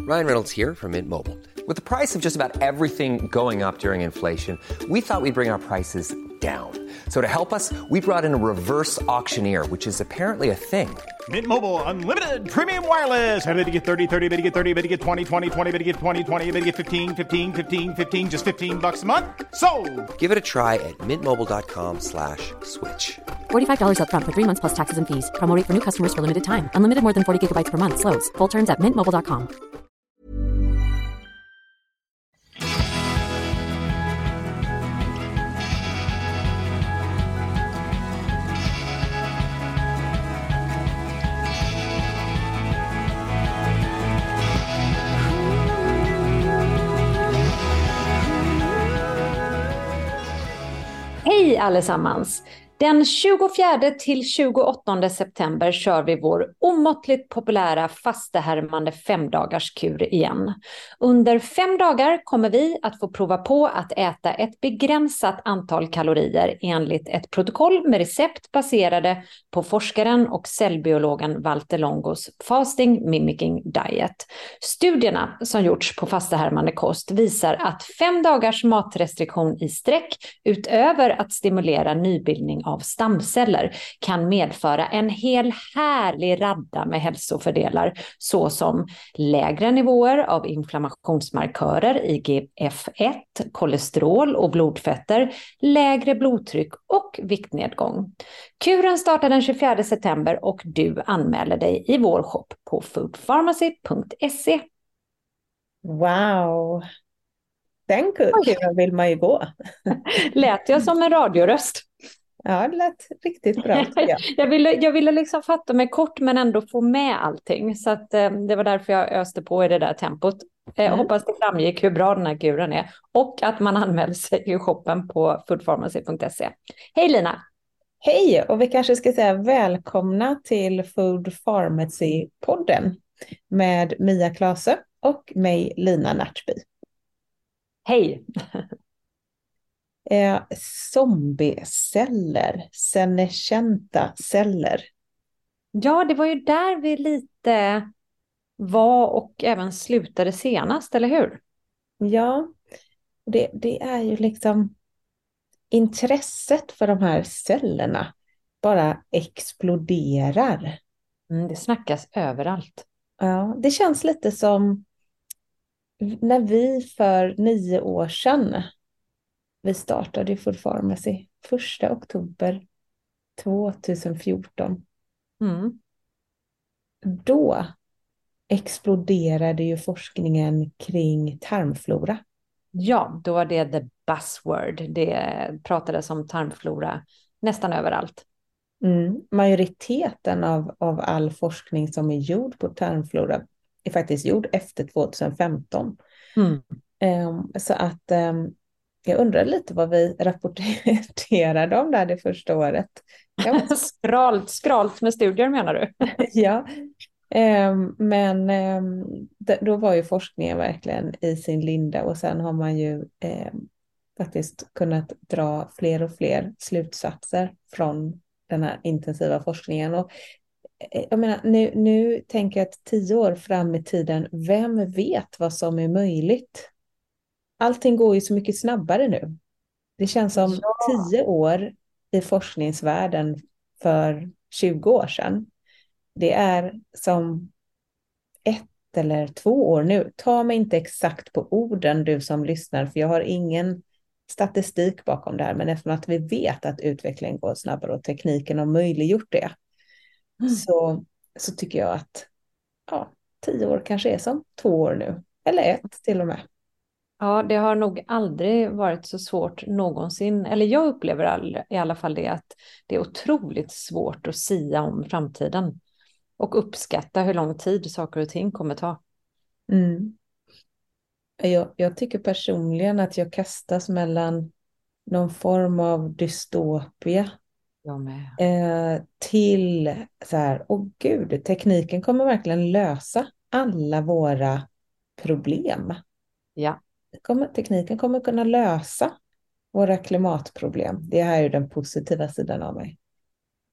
Ryan Reynolds here from Mint Mobile. With the price of just about everything going up during inflation, we thought we'd bring our prices down. So to help us, we brought in a reverse auctioneer, which is apparently a thing. Mint Mobile Unlimited Premium Wireless. How to get 30, 30, bit to get 30, bit to get 20, 20, 20, bit to get 20, 20, bit to get 15, 15, 15, 15, just $15 a month? Sold! Give it a try at mintmobile.com/switch. $45 up front for 3 months plus taxes and fees. Promo rate for new customers for limited time. Unlimited more than 40 gigabytes per month. Slows full terms at mintmobile.com. Hej allesammans! Den 24 till 28 september kör vi vår omåttligt populära fastehärmande 5-dagarskur igen. Under 5 dagar kommer vi att få prova på att äta ett begränsat antal kalorier enligt ett protokoll med recept baserade på forskaren och cellbiologen Valter Longos Fasting Mimicking Diet. Studierna som gjorts på fastehärmande kost visar att 5 dagars matrestriktion i sträck utöver att stimulera nybildning av stamceller kan medföra en hel härlig radda med hälsofördelar såsom lägre nivåer av inflammationsmarkörer, IGF-1, kolesterol och blodfetter, lägre blodtryck och viktnedgång. Kuren startar den 24 september och du anmäler dig i vår shop på foodpharmacy.se. Wow! Den kuren vill man ju gå. Lät jag som en radioröst? Ja, det lät riktigt bra. Jag ville liksom fatta mig kort men ändå få med allting. Så att, det var därför jag öste på i det där tempot. Hoppas det framgick hur bra den här kuren är. Och att man anmäler sig i shoppen på foodpharmacy.se. Hej Lina! Hej, och vi kanske ska säga välkomna till Food Pharmacy-podden med Mia Klase och mig Lina Närtby. Hej! Zombieceller, senescenta celler. Ja, det var ju där vi lite var och även slutade senast, eller hur? Ja, det är ju liksom intresset för de här cellerna bara exploderar. Det snackas överallt. Ja, det känns lite som när vi för 9 år sedan vi startade i Food Pharmacy 1 oktober 2014. Då exploderade ju forskningen kring tarmflora. Ja, då var det the buzzword. Det pratades om tarmflora nästan överallt. Majoriteten av all forskning som är gjord på tarmflora är faktiskt gjord efter 2015. Så att jag undrar lite vad vi rapporterade om där det första året. Skralt med studier menar du? Ja, men då var ju forskningen verkligen i sin linda och sen har man ju faktiskt kunnat dra fler och fler slutsatser från den här intensiva forskningen. Och jag menar, nu tänker jag att 10 år fram i tiden, vem vet vad som är möjligt? Allting går ju så mycket snabbare nu. Det känns som 10 år i forskningsvärlden för 20 år sedan. Det är som 1 eller 2 år nu. Ta mig inte exakt på orden du som lyssnar, för jag har ingen statistik bakom det här. Men eftersom att vi vet att utvecklingen går snabbare och tekniken har möjliggjort det. Så tycker jag att 10 år kanske är som 2 år nu. Eller 1 till och med. Ja, det har nog aldrig varit så svårt någonsin. Eller jag upplever i alla fall det, att det är otroligt svårt att sia om framtiden. Och uppskatta hur lång tid saker och ting kommer ta. Jag tycker personligen att jag kastas mellan någon form av dystopia. Jag med. Till så här, gud, tekniken kommer verkligen lösa alla våra problem. Ja. Tekniken kommer kunna lösa våra klimatproblem. Det här är ju den positiva sidan av mig.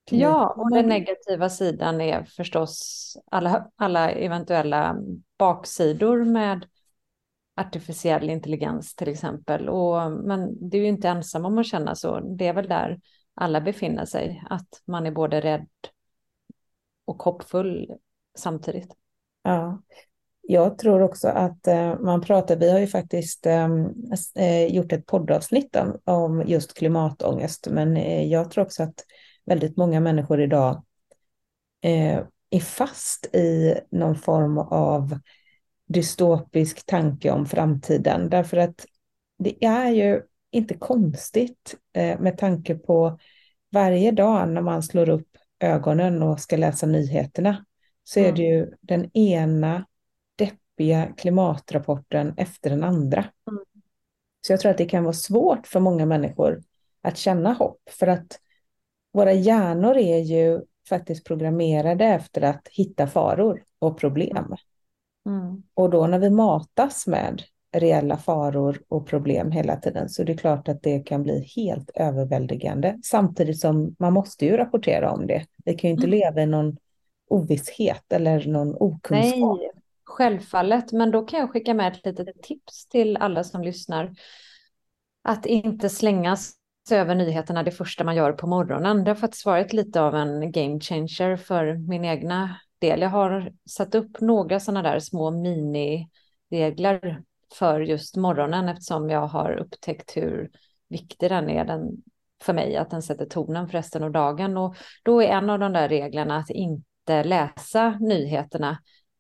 Ja, och den negativa sidan är förstås alla eventuella baksidor med artificiell intelligens till exempel. Men det är ju inte ensam om att känna så. Det är väl där alla befinner sig, att man är både rädd och hoppfull samtidigt. Ja, jag tror också att vi har ju faktiskt gjort ett poddavsnitt om just klimatångest, men jag tror också att väldigt många människor idag är fast i någon form av dystopisk tanke om framtiden, därför att det är ju inte konstigt med tanke på varje dag när man slår upp ögonen och ska läsa nyheterna, så är det ju den ena deppiga klimatrapporten efter den andra. Så jag tror att det kan vara svårt för många människor att känna hopp, för att våra hjärnor är ju faktiskt programmerade efter att hitta faror och problem. Och då när vi matas med reella faror och problem hela tiden, så är det klart att det kan bli helt överväldigande. Samtidigt som man måste ju rapportera om det. Vi kan ju inte leva i någon ovisshet eller någon okunskap. Nej, självfallet. Men då kan jag skicka med ett litet tips till alla som lyssnar. Att inte slängas över nyheterna det första man gör på morgonen. Det har faktiskt varit lite av en game changer för min egna del. Jag har satt upp några sådana där små mini-regler för just morgonen, eftersom jag har upptäckt hur viktig den är för mig, att den sätter tonen för resten av dagen. Och då är en av de där reglerna att inte läsa nyheterna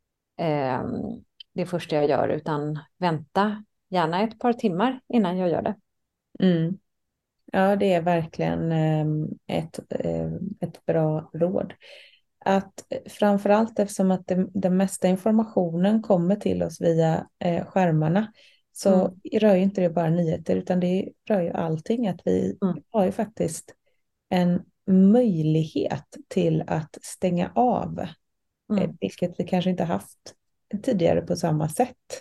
det första jag gör, utan vänta gärna ett par timmar innan jag gör det. Ja, det är verkligen ett bra råd. Att framförallt eftersom att den mesta informationen kommer till oss via skärmarna, så rör ju inte det bara nyheter, utan det rör ju allting. Att vi har ju faktiskt en möjlighet till att stänga av, vilket vi kanske inte haft tidigare på samma sätt.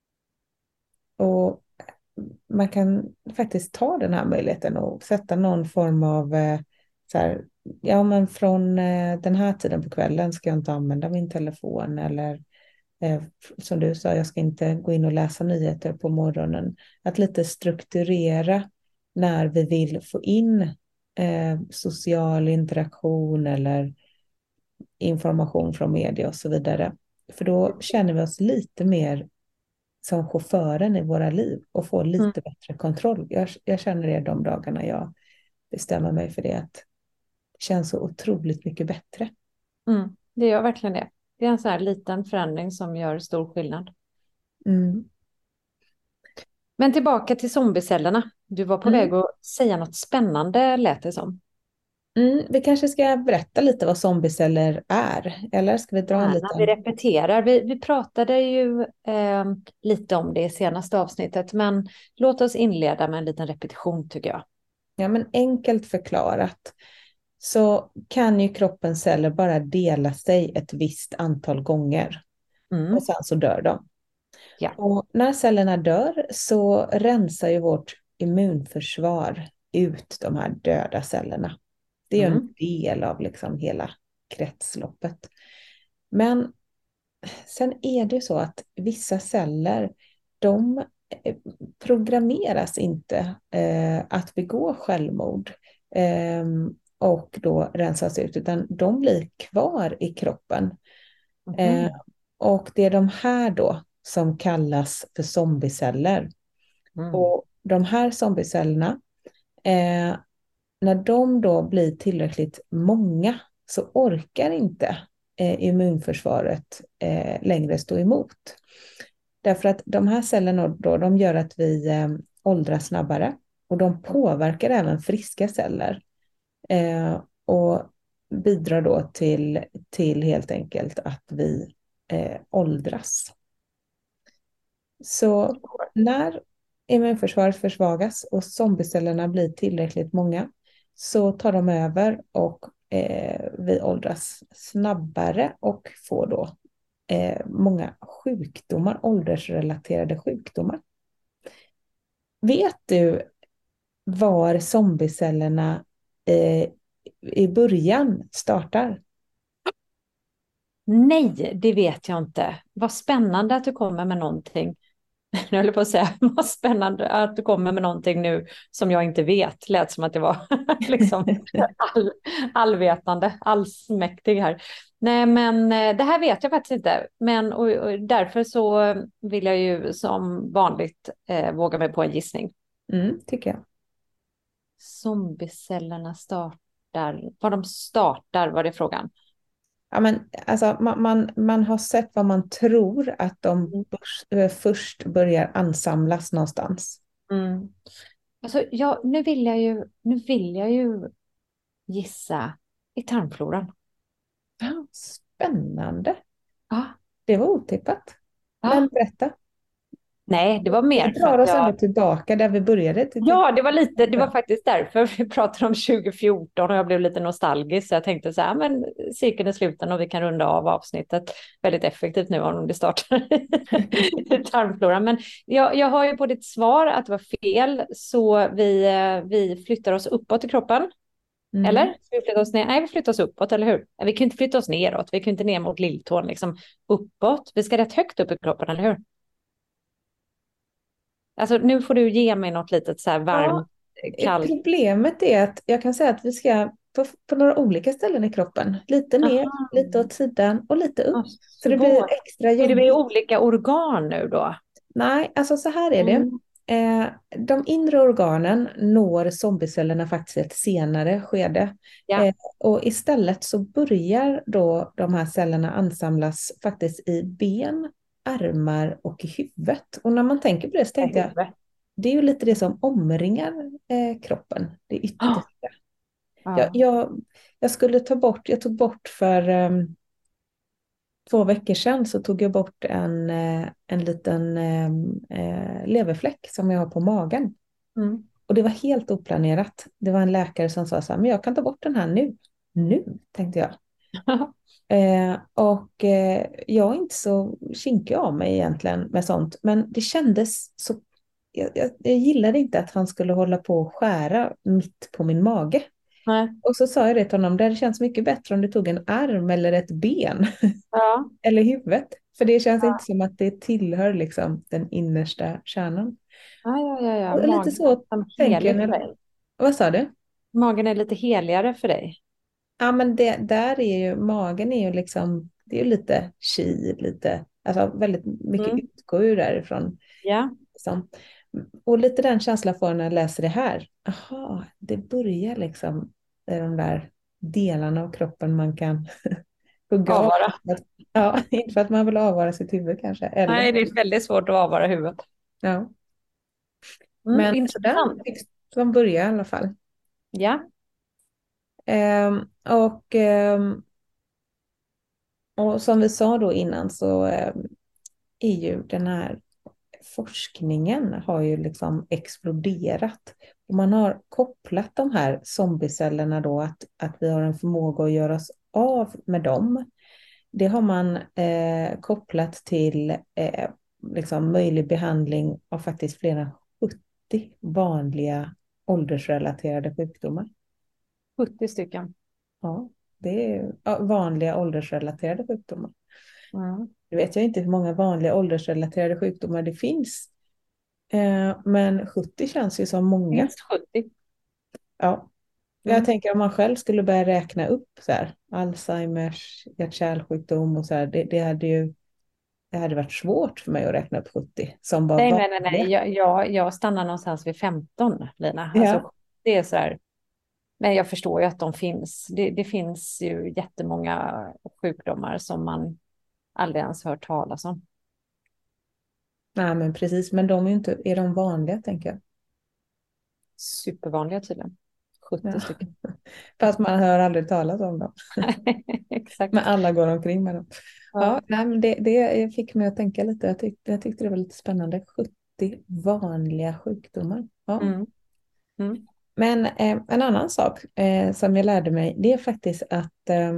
Och man kan faktiskt ta den här möjligheten och sätta någon form av så här, ja men från den här tiden på kvällen ska jag inte använda min telefon, eller som du sa, jag ska inte gå in och läsa nyheter på morgonen. Att lite strukturera när vi vill få in social interaktion eller information från media och så vidare. För då känner vi oss lite mer som chauffören i våra liv och får lite bättre kontroll. Jag känner det de dagarna jag bestämmer mig för det, att det känns så otroligt mycket bättre. Det gör verkligen det. Det är en sån här liten förändring som gör stor skillnad. Men tillbaka till zombiecellerna. Du var på väg att säga något spännande, lät det som. Vi kanske ska berätta lite vad zombieceller är, eller ska vi dra en liten... Vi repeterar. Vi pratade ju lite om det i senaste avsnittet, men låt oss inleda med en liten repetition tycker jag. Ja, men enkelt förklarat så kan ju kroppens celler bara dela sig ett visst antal gånger och sen så dör de. Ja. Och när cellerna dör så rensar ju vårt immunförsvar ut de här döda cellerna. Det är en del av liksom hela kretsloppet. Men sen är det så att vissa celler, de programmeras inte att begå självmord och då rensas ut, utan de blir kvar i kroppen. Och det är de här då som kallas för zombieceller. Och de här zombiecellerna, när de då blir tillräckligt många så orkar inte immunförsvaret längre stå emot. Därför att de här cellerna då, de gör att vi åldras snabbare, och de påverkar även friska celler och bidrar då till helt enkelt att vi åldras. Så när immunförsvaret försvagas och zombiecellerna blir tillräckligt många, så tar de över och vi åldras snabbare och får då många sjukdomar, åldersrelaterade sjukdomar. Vet du var zombiecellerna i början startar? Nej, det vet jag inte. Vad spännande att du kommer med någonting. Jag höll på att säga, vad spännande att du kommer med någonting nu som jag inte vet. Lät som att jag var liksom allvetande, allsmäktig här. Nej, men det här vet jag faktiskt inte. Men och därför så vill jag ju som vanligt våga mig på en gissning. Tycker jag. Zombiecellerna startar, vad de startar var det frågan. Ja, men alltså, man har sett vad man tror att de först börjar ansamlas någonstans. Mm. Alltså, nu vill jag ju gissa i tarmfloran. Ja, spännande. Ja. Det var otippat. Ja. Men berätta. Nej, det var mer Vi för drar att oss ändå tillbaka där vi började. Ja, det var faktiskt därför vi pratade om 2014 och jag blev lite nostalgisk. Så jag tänkte så här, men cirkeln är sluten och vi kan runda av avsnittet väldigt effektivt nu om det startar i tarmfloran. Men jag har ju på ditt svar att det var fel, så vi flyttar oss uppåt i kroppen. Eller? Ska vi flytta oss ner? Nej, vi flyttar oss uppåt, eller hur? Vi kan inte flytta oss neråt, vi kan inte ner mot lilltån, liksom uppåt. Vi ska rätt högt upp i kroppen, eller hur? Alltså nu får du ge mig något litet så här varmt, kallt. Problemet är att jag kan säga att vi ska på några olika ställen i kroppen. Lite ner, lite åt sidan och lite upp. Så det blir extra jobbigt. Är det olika organ nu då? Nej, alltså så här är det. De inre organen når zombiecellerna faktiskt ett senare skede. Ja. Och istället så börjar då de här cellerna ansamlas faktiskt i ben, armar och i huvudet. Och när man tänker på det så tänkte jag, det är ju lite det som omringar kroppen, det yttersta. Jag skulle jag tog bort för 2 veckor sedan så tog jag bort en liten leverfläck som jag har på magen. Och det var helt oplanerat. Det var en läkare som sa så här, men jag kan ta bort den här nu. Nu, tänkte jag. Jag är inte så kinkig av mig egentligen med sånt. Men det kändes så... Jag gillade inte att han skulle hålla på och skära mitt på min mage. Nej. Och så sa jag det till honom, det känns mycket bättre om du tog en arm eller ett ben. Ja. Eller huvudet. För det känns inte som att det tillhör liksom den innersta kärnan. Ja. Och lite så tänker jag. Vad sa du? Magen är lite heligare för dig. Ja, men där är ju, magen är ju liksom, det är ju lite chi, lite, alltså väldigt mycket utgår ju därifrån. Ja. Liksom. Och lite den känslan får när jag läser det här. Aha, det börjar liksom i de där delarna av kroppen man kan hugga av. Ja, inte för att man vill avvara sitt huvud kanske. Eller... Nej, det är väldigt svårt att avvara huvudet. Ja. Men sådär, man börjar i alla fall. Ja. Och som vi sa då innan så är ju den här forskningen har ju liksom exploderat. Och man har kopplat de här zombiecellerna då att vi har en förmåga att göra oss av med dem. Det har man kopplat till liksom möjlig behandling av faktiskt fler än 70 vanliga åldersrelaterade sjukdomar. 70 stycken. Ja, det är vanliga åldersrelaterade sjukdomar. Nu vet jag inte hur många vanliga åldersrelaterade sjukdomar det finns. Men 70 känns ju som många. Minst 70. Ja. Jag tänker om man själv skulle börja räkna upp så här, Alzheimers, hjärt-kärlsjukdom och så här, det hade varit svårt för mig att räkna upp 70. Som bara nej. Jag stannar någonstans vid 15, Lina. Ja. Alltså, det är så här. Men jag förstår ju att de finns. Det finns ju jättemånga sjukdomar som man aldrig ens hört talas om. Nej, men precis. Men de är de vanliga, tänker jag. Supervanliga tydligen. 70 stycken. Fast man hör aldrig talas om dem. Exakt. Men alla går omkring med dem. Ja, nej, men det fick mig att tänka lite. Jag tyckte det var lite spännande. 70 vanliga sjukdomar. Ja. Men en annan sak som jag lärde mig, det är faktiskt att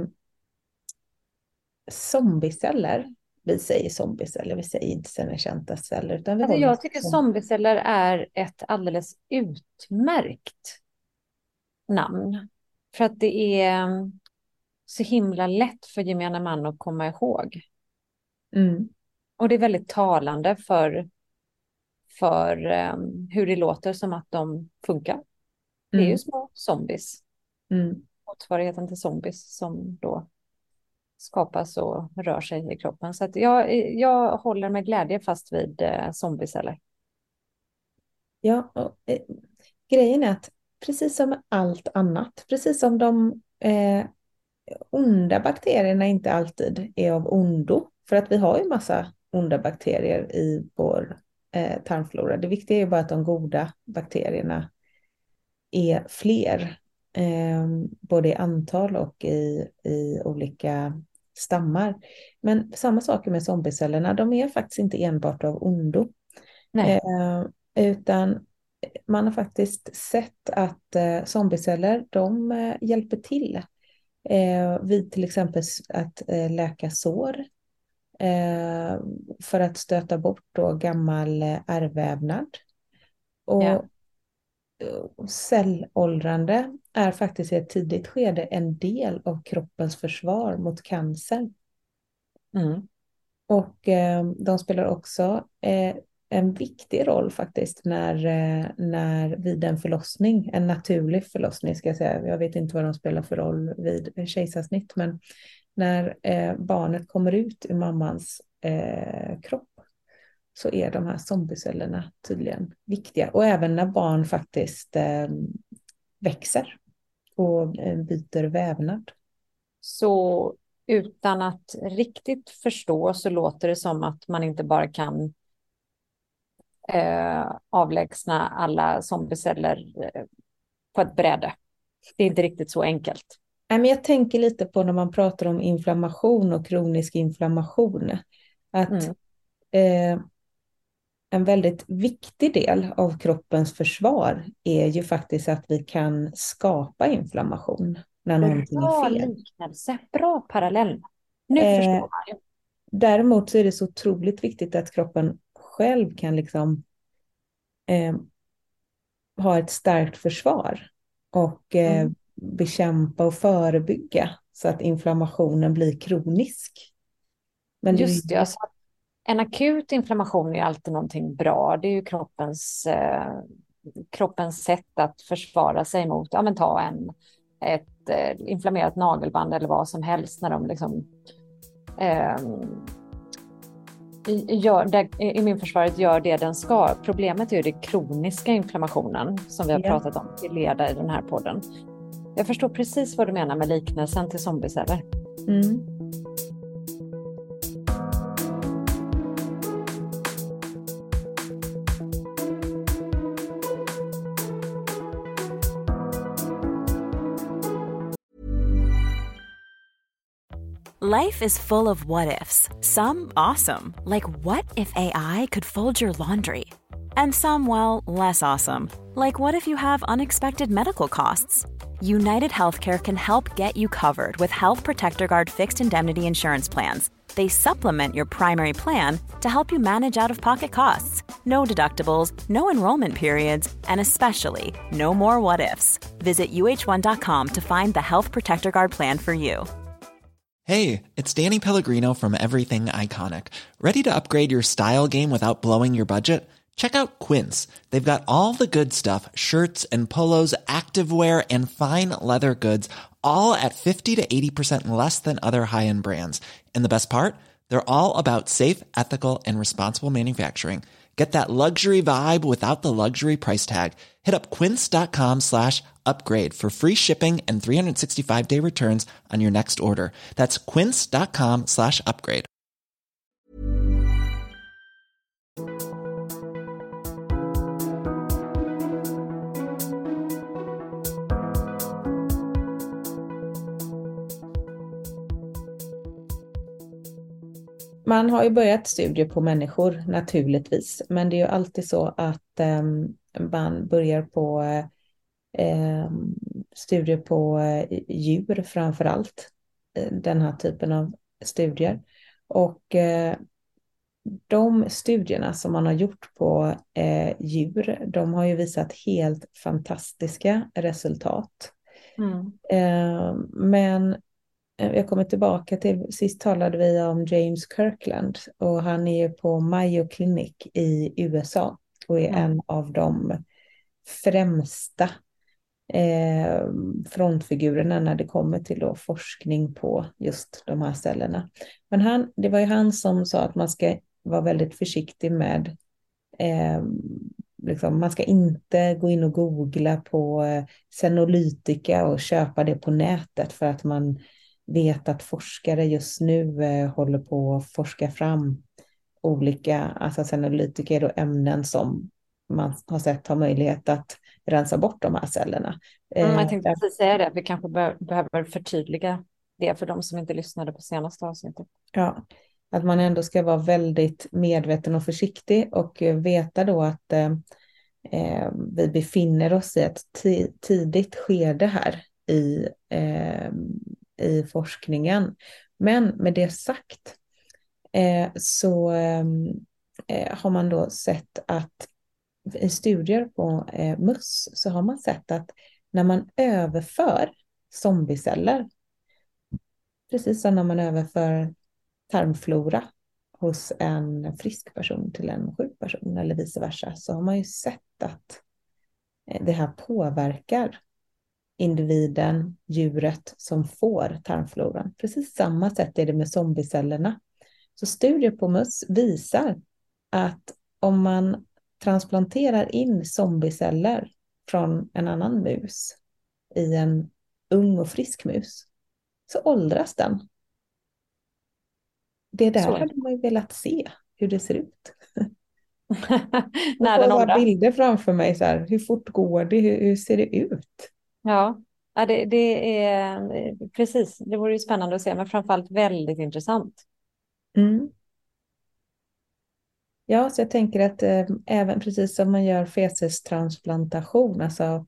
zombieceller, vi säger zombieceller, vi säger inte senekänta celler. Utan jag tycker zombieceller är ett alldeles utmärkt namn. För att det är så himla lätt för gemene man att komma ihåg. Mm. Och det är väldigt talande för hur det låter som att de funkar. Det är ju små zombies. Mm. Motsvarigheten till zombies som då skapas och rör sig i kroppen. Så att jag håller med glädje fast vid zombieceller. Ja, och, grejen är att precis som med allt annat, precis som de onda bakterierna inte alltid är av ondo, för att vi har ju massa onda bakterier i vår tarmflora. Det viktiga är ju bara att de goda bakterierna är fler, både i antal och i olika stammar. Men samma sak med zombiecellerna, de är faktiskt inte enbart av ondo. Nej. Utan man har faktiskt sett att zombieceller, de hjälper till vid till exempel att läka sår, för att stöta bort då gammal ärrvävnad. Och Ja. cellåldrande är faktiskt i ett tidigt skede en del av kroppens försvar mot cancer. Mm. Och de spelar också en viktig roll faktiskt när vid en förlossning, en naturlig förlossning ska jag säga. Jag vet inte vad de spelar för roll vid kejsarsnitt, men när barnet kommer ut ur mammans kropp så är de här zombiecellerna tydligen viktiga. Och även när barn faktiskt växer och byter vävnad. Så utan att riktigt förstå så låter det som att man inte bara kan avlägsna alla zombieceller på ett bräde. Det är inte riktigt så enkelt. Nej, men jag tänker lite på när man pratar om inflammation och kronisk inflammation. Att en väldigt viktig del av kroppens försvar är ju faktiskt att vi kan skapa inflammation när någonting Bra är fel. liknelse, bra parallell. Nu förstår man ju. Däremot så är det så otroligt viktigt att kroppen själv kan liksom ha ett starkt försvar och bekämpa och förebygga så att inflammationen blir kronisk. Men Just det, alltså, en akut inflammation är alltid någonting bra. Det är ju kroppens sätt att försvara sig mot, ja men ta ett inflammerat nagelband eller vad som helst när de liksom immunförsvaret gör det den ska. Problemet är ju den kroniska inflammationen som vi har pratat om till leda i den här podden. Jag förstår precis vad du menar med liknelsen till zombieceller. Mm. Life is full of what-ifs. Some awesome, like what if AI could fold your laundry? And some, well, less awesome, like what if you have unexpected medical costs? United Healthcare can help get you covered with Health Protector Guard fixed indemnity insurance plans. They supplement your primary plan to help you manage out-of-pocket costs. No deductibles, no enrollment periods, and especially no more what-ifs. Visit uh1.com to find the Health Protector Guard plan for you. Hey, it's Danny Pellegrino from Everything Iconic. Ready to upgrade your style game without blowing your budget? Check out Quince. They've got all the good stuff, shirts and polos, activewear, and fine leather goods, all at 50 to 80% less than other high-end brands. And the best part? They're all about safe, ethical, and responsible manufacturing. Get that luxury vibe without the luxury price tag. Hit up quince.com/upgrade for free shipping and 365-day returns on your next order. That's quince.com/upgrade. Man har ju börjat studier på människor naturligtvis, men det är ju alltid så att man börjar på studier på djur framför allt, den här typen av studier. Och de studierna som man har gjort på djur, de har ju visat helt fantastiska resultat. Men jag kommer tillbaka till, sist talade vi om James Kirkland och han är på Mayo Clinic i USA och är en av de främsta frontfigurerna när det kommer till då forskning på just de här cellerna. Men det var ju han som sa att man ska vara väldigt försiktig med liksom, man ska inte gå in och googla på senolytika och köpa det på nätet för att man vet att forskare just nu håller på att forska fram olika, alltså senolytika är då ämnen som man har sett har möjlighet att rensa bort de här cellerna. Jag tänkte precis säga det, vi kanske behöver förtydliga det för de som inte lyssnade på senaste avsnittet. Ja, att man ändå ska vara väldigt medveten och försiktig och veta då att vi befinner oss i ett tidigt skede här i forskningen. Men med det sagt så har man då sett att i studier på möss så har man sett att när man överför zombieceller, precis som när man överför tarmflora hos en frisk person till en sjuk person eller vice versa, så har man ju sett att det här påverkar individen, djuret som får tarmfloran. Precis samma sätt är det med zombiecellerna. Så studier på möss visar att om man transplanterar in zombieceller från en annan mus i en ung och frisk mus så åldras den. Det där hade man ju velat se hur det ser ut. När den åldras. Bilder framför mig så här, hur fort går det, hur ser det ut? Ja, det är precis, det vore ju spännande att se, men framförallt väldigt intressant. Ja, så jag tänker att även precis som man gör fecestransplantation, alltså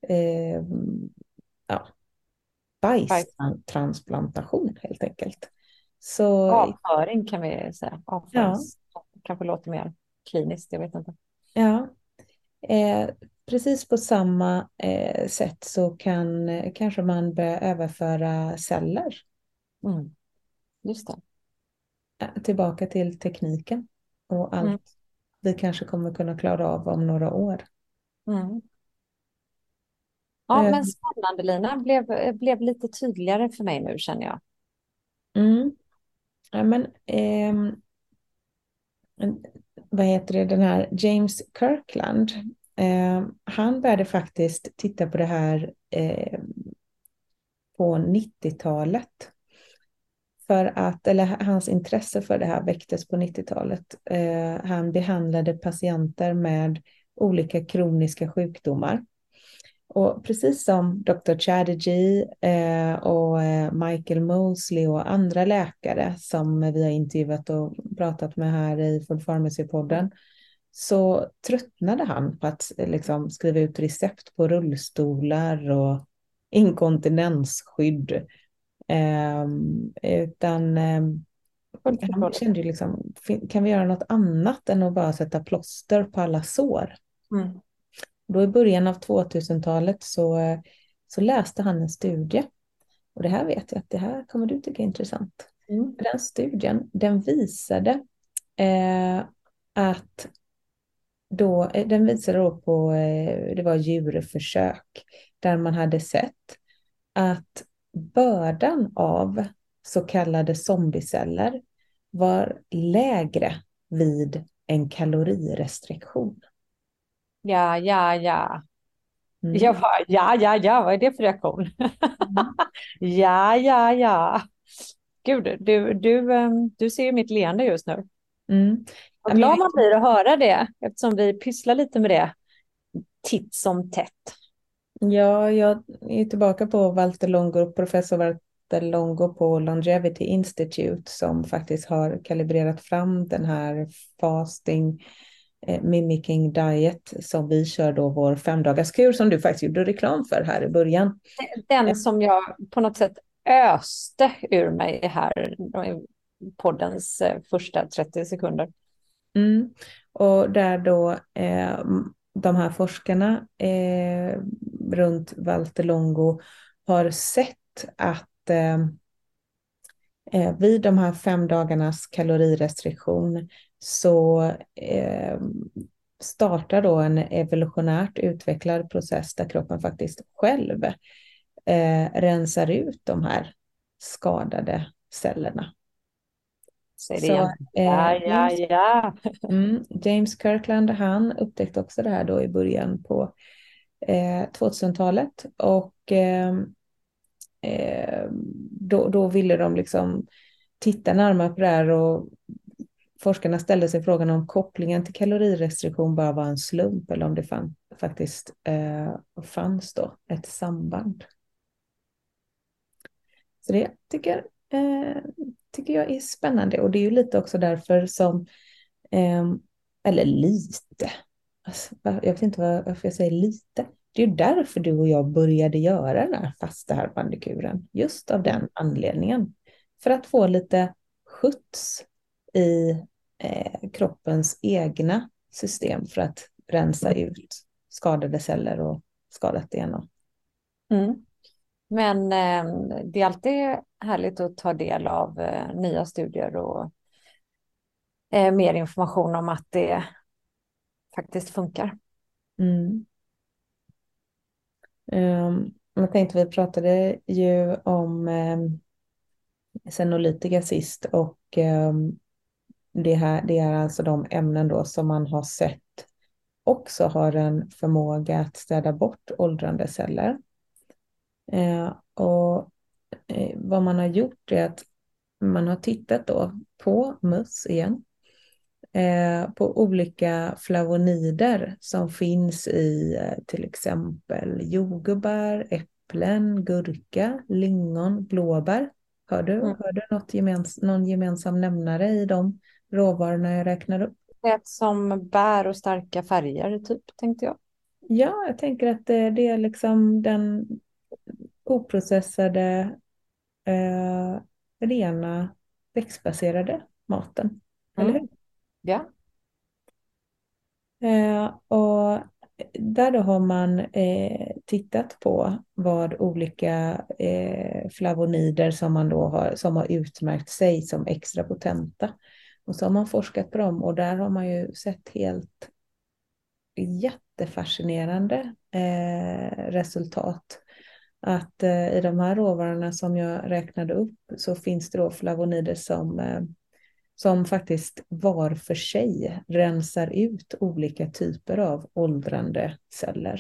bajstransplantation helt enkelt. Så, avföring kan vi säga. Kanske låter mer kliniskt, jag vet inte. Ja, precis på samma sätt så kanske man börja överföra celler. Just det. Tillbaka till tekniken och allt vi kanske kommer kunna klara av om några år. Ja, men spännande, Lina. Blev lite tydligare för mig nu, känner jag. Ja, men vad heter det, den här James Kirkland, han började faktiskt titta på det här på 90-talet. Hans intresse för det här väcktes på 90-talet. Han behandlade patienter med olika kroniska sjukdomar. Och precis som Dr. Chatterjee och Michael Mosley och andra läkare som vi har intervjuat och pratat med här i Food Pharmacy-podden, så tröttnade han på att liksom skriva ut recept på rullstolar och inkontinensskydd. Han kände ju liksom, kan vi göra något annat än att bara sätta plåster på alla sår? Då i början av 2000-talet så läste han en studie. Och det här vet jag att det här kommer du tycka är intressant. Den studien, den visade att den visade då på, det var djurförsök där man hade sett att bördan av så kallade zombieceller var lägre vid en kalorirestriktion. Ja. Jag bara, ja, vad är det för reaktion? Ja. Gud, du ser ju mitt leende just nu. Vad glad man blir att höra det, eftersom vi pysslar lite med det titt som tätt. Ja, jag är tillbaka på Walter Longo, professor Walter Longo på Longevity Institute som faktiskt har kalibrerat fram den här fasting mimicking diet som vi kör då, vår 5-dagarskur som du faktiskt gjorde reklam för här i början. Den som jag på något sätt öste ur mig här i poddens första 30 sekunder. Och där då de här forskarna runt Valter Longo har sett att vid de här 5 dagarnas kalorirestriktion så startar då en evolutionärt utvecklad process där kroppen faktiskt själv rensar ut de här skadade cellerna. Säg det igen. Ja. James Kirkland, han upptäckte också det här då i början på 2000-talet och då ville de liksom titta närmare på det här och forskarna ställde sig frågan om kopplingen till kalorirestriktion bara var en slump eller om det faktiskt fanns då ett samband. Så det tycker jag är spännande och det är ju lite också därför som, eller lite, alltså, jag vet inte varför jag säger lite. Det är ju därför du och jag började göra den här fasta härbandekuren. Just av den anledningen. För att få lite skjuts i kroppens egna system för att rensa ut skadade celler och skadat DNA. Men det är alltid härligt att ta del av nya studier och mer information om att det faktiskt funkar. Jag tänkte vi pratade ju om senolytika sist och det är alltså de ämnen då som man har sett också har en förmåga att städa bort åldrande celler. Vad man har gjort är att man har tittat då på möss igen, på olika flavonoider som finns i till exempel jordgubbar, äpplen, gurka, lingon, blåbär. Hör du någon gemensam nämnare i de råvarorna jag räknar upp? Det som bär och starka färger typ, tänkte jag. Ja, jag tänker att det är liksom den oprocessade, rena, växtbaserade maten. Eller hur? Ja. Och där då har man tittat på vad olika flavonoider som man då har utmärkt sig som extra potenta. Och så har man forskat på dem och där har man ju sett helt jättefascinerande resultat. Att i de här råvarorna som jag räknade upp så finns det då flavonoider som faktiskt var för sig rensar ut olika typer av åldrande celler.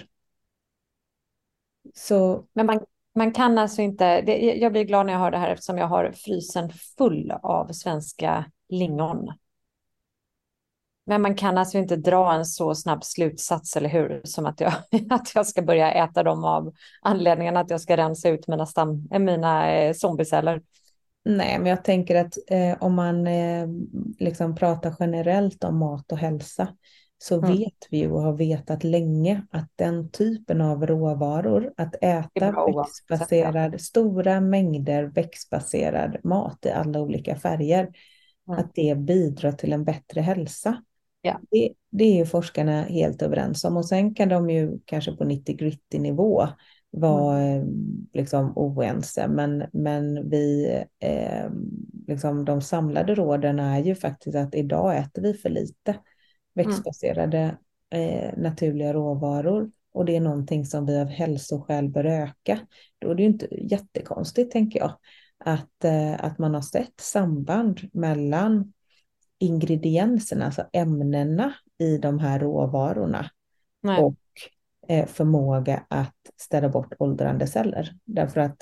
Så, men man kan alltså inte, jag blir glad när jag hör det här eftersom jag har frysen full av svenska lingon. Men man kan alltså inte dra en så snabb slutsats, eller hur? Som att jag ska börja äta dem av anledningen att jag ska rensa ut mina zombieceller. Nej, men jag tänker att om man liksom pratar generellt om mat och hälsa så vet vi ju och har vetat länge att den typen av råvaror, att äta stora mängder växtbaserad mat i alla olika färger, att det bidrar till en bättre hälsa. Ja. Det är ju forskarna helt överens om och sen kan de ju kanske på 90-gritty nivå vara liksom oense, men vi liksom de samlade råden är ju faktiskt att idag äter vi för lite växtbaserade naturliga råvaror och det är någonting som vi av hälsoskäl bör öka. Då är det ju inte jättekonstigt, tänker jag, att man har sett samband mellan ingredienserna, alltså ämnena i de här råvarorna och förmåga att städa bort åldrande celler. Därför att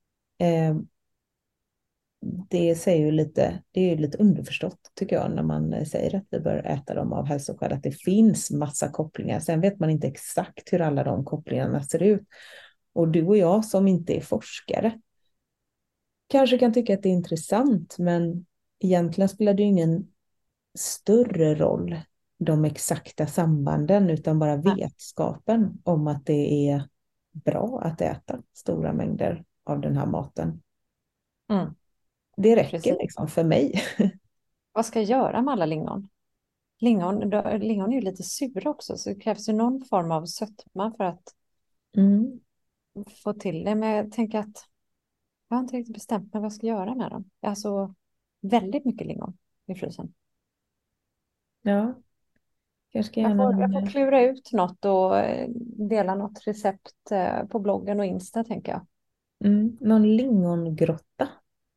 det är ju lite underförstått, tycker jag, när man säger att vi bör äta dem av hälsoskäl, att det finns massa kopplingar. Sen vet man inte exakt hur alla de kopplingarna ser ut. Och du och jag som inte är forskare kanske kan tycka att det är intressant, men egentligen spelar det ju ingen större roll de exakta sambanden, utan bara vetskapen om att det är bra att äta stora mängder av den här maten. Det räcker liksom för mig. Vad ska jag göra med alla lingon? lingon är ju lite sura också, så det krävs ju någon form av sötma för att få till det. Men jag tänker att jag har inte riktigt bestämt mig vad jag ska göra med dem. Jag har så väldigt mycket lingon i frysen. Ja, jag ska Jag gärna... får klura ut något och dela något recept på bloggen och Insta, tänker jag. Någon lingongrotta.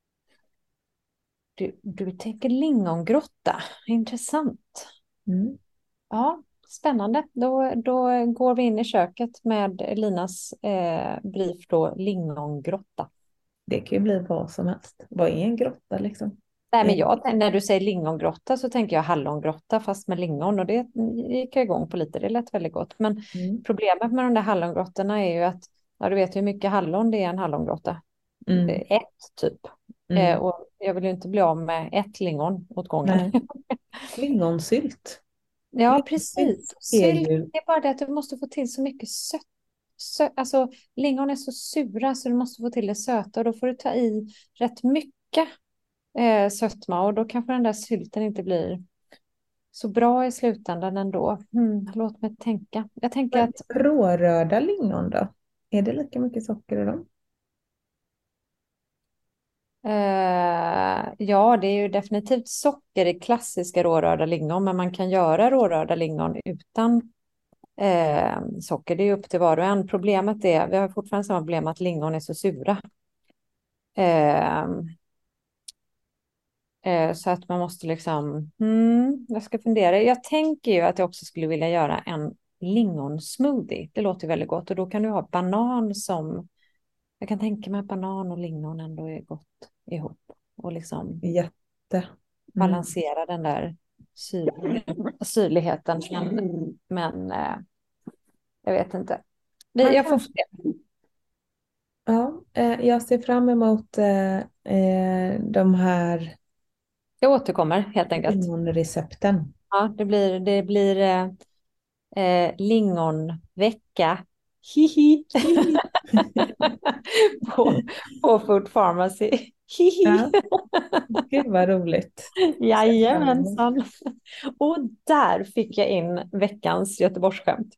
Du tänker lingongrotta. Intressant. Ja, spännande. Då går vi in i köket med Linas brief då, lingongrotta. Det kan ju bli vad som helst. Vad är en grotta liksom? Nej, men när du säger lingongrotta så tänker jag hallongrotta fast med lingon, och det gick jag igång på lite. Det lät väldigt gott. Men problemet med de där hallongrottorna är ju att, ja, du vet hur mycket hallon det är en hallongrotta. Ett typ. Och jag vill ju inte bli av med ett lingon åt gången. Lingonsylt. Ja, precis. Sylt, det är bara det att du måste få till så mycket alltså lingon är så sura så du måste få till det söta, och då får du ta i rätt mycket sötma, och då kanske den där sylten inte blir så bra i slutändan ändå. Låt mig tänka. Jag tänker att rårörda lingon då? Är det lika mycket socker i dem? Ja, det är ju definitivt socker i klassiska rårörda lingon, men man kan göra rårörda lingon utan socker. Det är upp till var och en. Problemet är, vi har fortfarande samma problem, att lingon är så sura. Så att man måste liksom, jag ska fundera. Jag tänker ju att jag också skulle vilja göra en lingonsmoothie. Det låter väldigt gott, och då kan du ha banan som, jag kan tänka mig att banan och lingon ändå är gott ihop och liksom balansera den där syrligheten. Men jag vet inte. Jag får se. Ja, jag ser fram emot de här. Jag återkommer helt enkelt. Lingonrecepten. Ja, det blir lingonvecka. Hihi. på Food Pharmacy. Hihi. Ja. Gud vad roligt. Jajamensan. Och där fick jag in veckans Göteborgsskämt.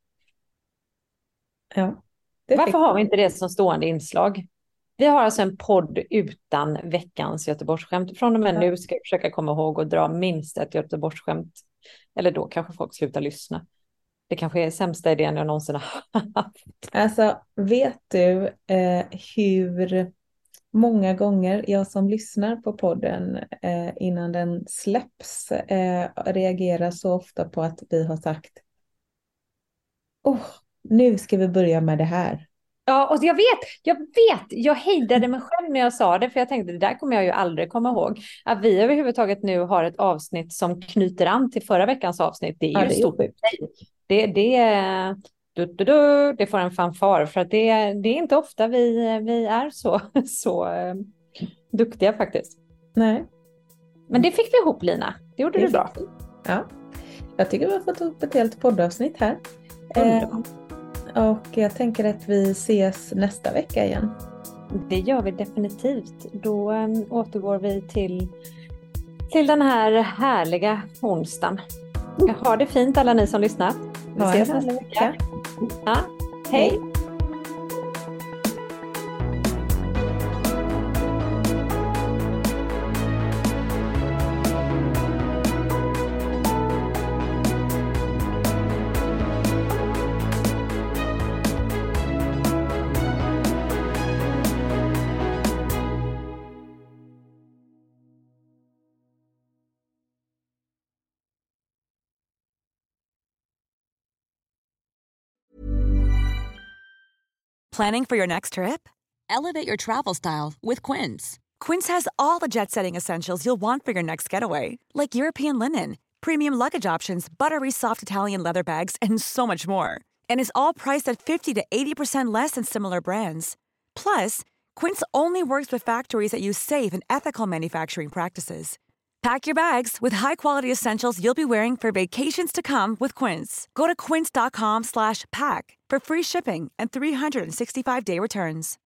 Ja. Varför har vi inte det som stående inslag? Vi har alltså en podd utan veckans Göteborgsskämt. Från och med nu ska jag försöka komma ihåg och dra minst ett Göteborgsskämt. Eller då kanske folk slutar lyssna. Det kanske är sämsta idén jag någonsin har haft. Alltså, vet du hur många gånger jag som lyssnar på podden innan den släpps reagerar så ofta på att vi har sagt nu ska vi börja med det här. Ja, och jag hejdade mig själv när jag sa det, för jag tänkte det där kommer jag ju aldrig komma ihåg. Att vi överhuvudtaget nu har ett avsnitt som knyter an till förra veckans avsnitt, det är ju stort. Det får en fanfar, för att det är inte ofta vi är så duktiga faktiskt. Nej. Men det fick vi ihop, Lina. Det gjorde du bra. Ja, jag tycker vi har fått ihop ett helt poddavsnitt här. Och jag tänker att vi ses nästa vecka igen. Det gör vi definitivt. Då återgår vi till den här härliga onsdagen. Ha det fint alla ni som lyssnar. Vi ses nästa vecka. Ja, hej! Planning for your next trip? Elevate your travel style with Quince. Quince has all the jet-setting essentials you'll want for your next getaway, like European linen, premium luggage options, buttery soft Italian leather bags, and so much more. And is all priced at 50 to 80% less than similar brands. Plus, Quince only works with factories that use safe and ethical manufacturing practices. Pack your bags with high-quality essentials you'll be wearing for vacations to come with Quince. Go to quince.com/pack for free shipping and 365-day returns.